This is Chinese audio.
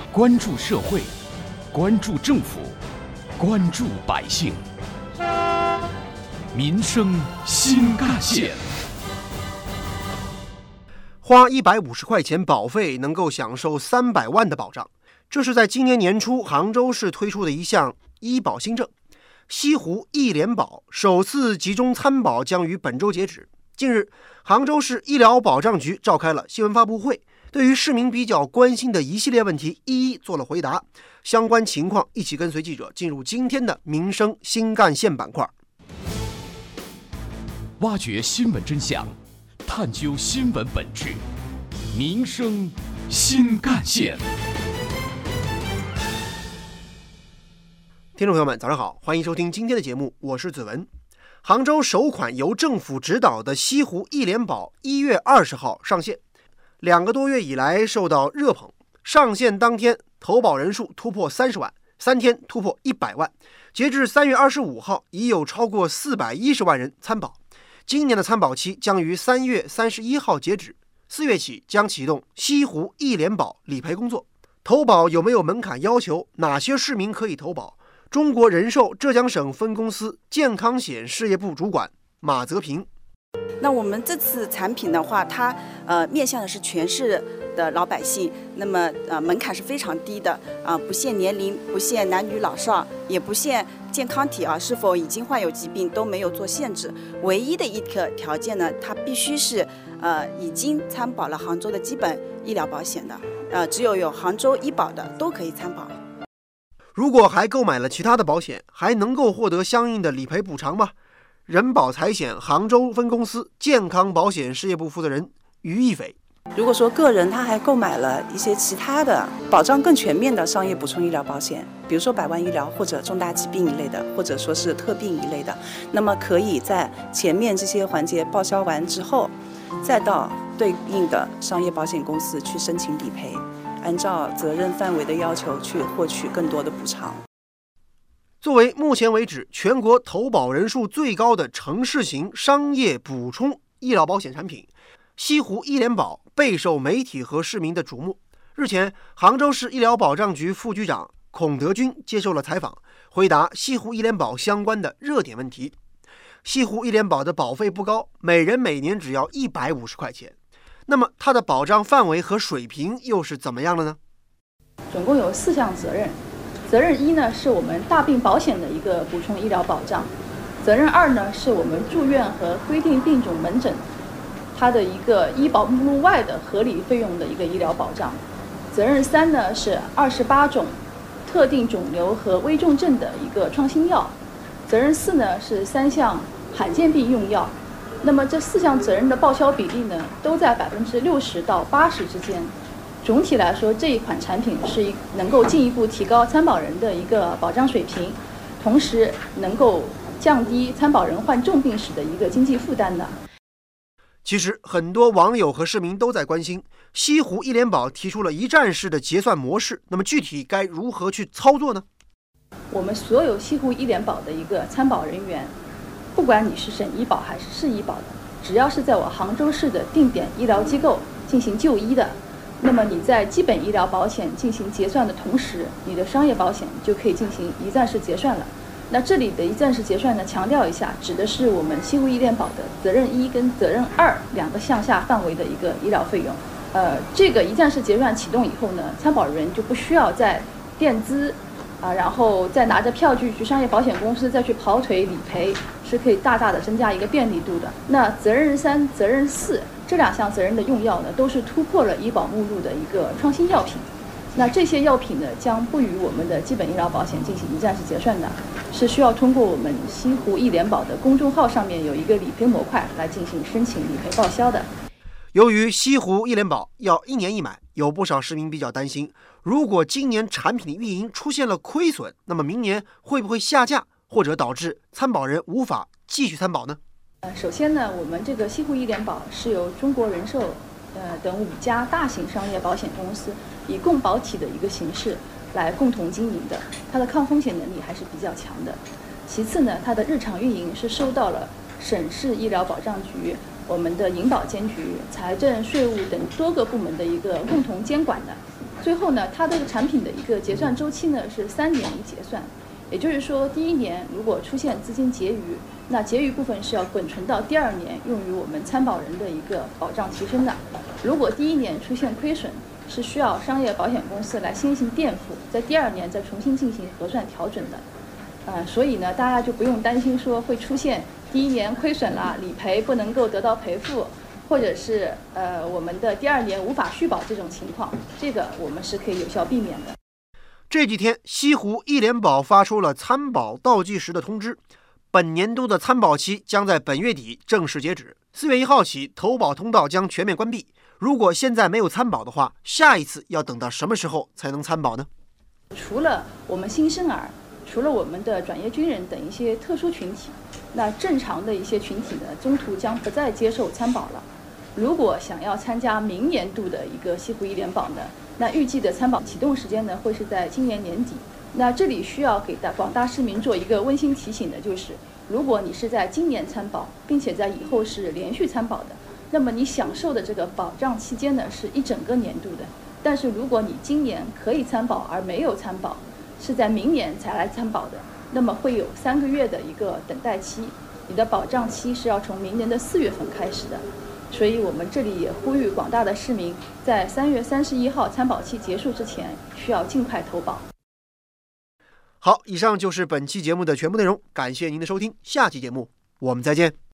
关注社会，关注政府，关注百姓，民生新干线。 花150块钱保费能够享受300万的保障，这是在今年年初杭州市推出的一项医保新政。西湖医联保首次集中参保将于本周截止。近日，杭州市医疗保障局召开了新闻发布会，对于市民比较关心的一系列问题一一做了回答。相关情况一起跟随记者进入今天的民生新干线板块， 挖掘新闻真相，探究新闻本质，民生新干线。 听众朋友们，早上好，欢迎收听今天的节目，我是子文。杭州首款由政府指导的西湖医联保1月20号上线，2个多月以来受到热捧。上线当天，投保人数突破30万，3天突破100万。截至3月25号，已有超过410万人参保。今年的参保期将于3月31号截止，4月起将启动西湖医联保理赔工作。投保有没有门槛要求？哪些市民可以投保？中国人寿浙江省分公司健康险事业部主管马泽平。 那我们这次产品的话，它面向的是全市的老百姓，那么门槛是非常低的不限年龄，不限男女老少，也不限健康体是否已经患有疾病都没有做限制。唯一的一个条件呢，它必须是已经参保了杭州的基本医疗保险的，只有杭州医保的都可以参保。 如果还购买了其他的保险，还能够获得相应的理赔补偿吗？人保财险杭州分公司健康保险事业部负责人于一斐。 如果说个人他还购买了一些其他的保障更全面的商业补充医疗保险，比如说100万医疗或者重大疾病一类的，或者说是特病一类的，那么可以在前面这些环节报销完之后，再到对应的商业保险公司去申请理赔，按照责任范围的要求去获取更多的补偿。 作为目前为止全国投保人数最高的城市型商业补充医疗保险产品，西湖医联保备受媒体和市民的瞩目。日前，杭州市医疗保障局副局长孔德军接受了采访，回答西湖医联保相关的热点问题。西湖医联保的保费不高，每人每年只要150块钱。那么它的保障范围和水平又是怎么样的呢？ 总共有4项责任。责任1呢，是我们大病保险的一个补充医疗保障；责任2呢，是我们住院和规定病种门诊它的一个医保目录外的合理费用的一个医疗保障；责任3呢，是28种特定肿瘤和危重症的一个创新药；责任4呢，是3项罕见病用药。那么这4项责任的报销比例呢，都在60%到80%之间。总体来说，这一款产品是能够进一步提高参保人的一个保障水平，同时能够降低参保人患重病时的一个经济负担的。 其实很多网友和市民都在关心，西湖医联保提出了一站式的结算模式，那么具体该如何去操作呢？ 我们所有西湖医联保的一个参保人员，不管你是省医保还是市医保的，只要是在我杭州市的定点医疗机构进行就医的，那么你在基本医疗保险进行结算的同时，你的商业保险就可以进行一站式结算了。那这里的一站式结算呢，强调一下，指的是我们西湖医联保的责任1跟责任2两个项下范围的一个医疗费用。这个一站式结算启动以后呢，参保人就不需要再垫资然后再拿着票据去商业保险公司再去跑腿理赔，是可以大大的增加一个便利度的。那责任3、责任4这2项责任的用药呢，都是突破了医保目录的一个创新药品。那这些药品呢，将不与我们的基本医疗保险进行一站式结算的，是需要通过我们西湖医联保的公众号上面有一个理赔模块来进行申请理赔报销的。 由于西湖医联保要1年1买，有不少市民比较担心，如果今年产品的运营出现了亏损，那么明年会不会下架，或者导致参保人无法继续参保呢？ 首先呢，我们这个西湖医联保是由中国人寿等5家大型商业保险公司以共保体的一个形式来共同经营的，它的抗风险能力还是比较强的。其次呢，它的日常运营是受到了省市医疗保障局、我们的银保监局、财政、税务等多个部门的一个共同监管的。 最后呢，它这个产品的一个结算周期呢是3年一结算，也就是说，第1年如果出现资金结余，那结余部分是要滚存到第2年用于我们参保人的一个保障提升的。如果第1年出现亏损，是需要商业保险公司来先行垫付，在第2年再重新进行核算调整的。所以呢，大家就不用担心说会出现第1年亏损了，理赔不能够得到赔付，或者是我们的第2年无法续保这种情况，这个我们是可以有效避免的。 这几天，西湖一联保发出了参保倒计时的通知，本年度的参保期将在本月底正式截止。4月1号起，投保通道将全面关闭。如果现在没有参保的话，下一次要等到什么时候才能参保呢？ 除了我们新生儿，除了我们的转业军人等一些特殊群体，那正常的一些群体呢，中途将不再接受参保了。如果想要参加明年度的一个西湖一联保呢，那预计的参保启动时间呢，会是在今年年底。那这里需要给广大市民做一个温馨提醒的就是，如果你是在今年参保，并且在以后是连续参保的，那么你享受的这个保障期间呢，是一整个年度的。但是如果你今年可以参保而没有参保，是在明年才来参保的，那么会有3个月的一个等待期，你的保障期是要从明年的4月份开始的。所以我们这里也呼吁广大的市民，在3月31号参保期结束之前，需要尽快投保。 好，以上就是本期节目的全部内容，感谢您的收听，下期节目我们再见。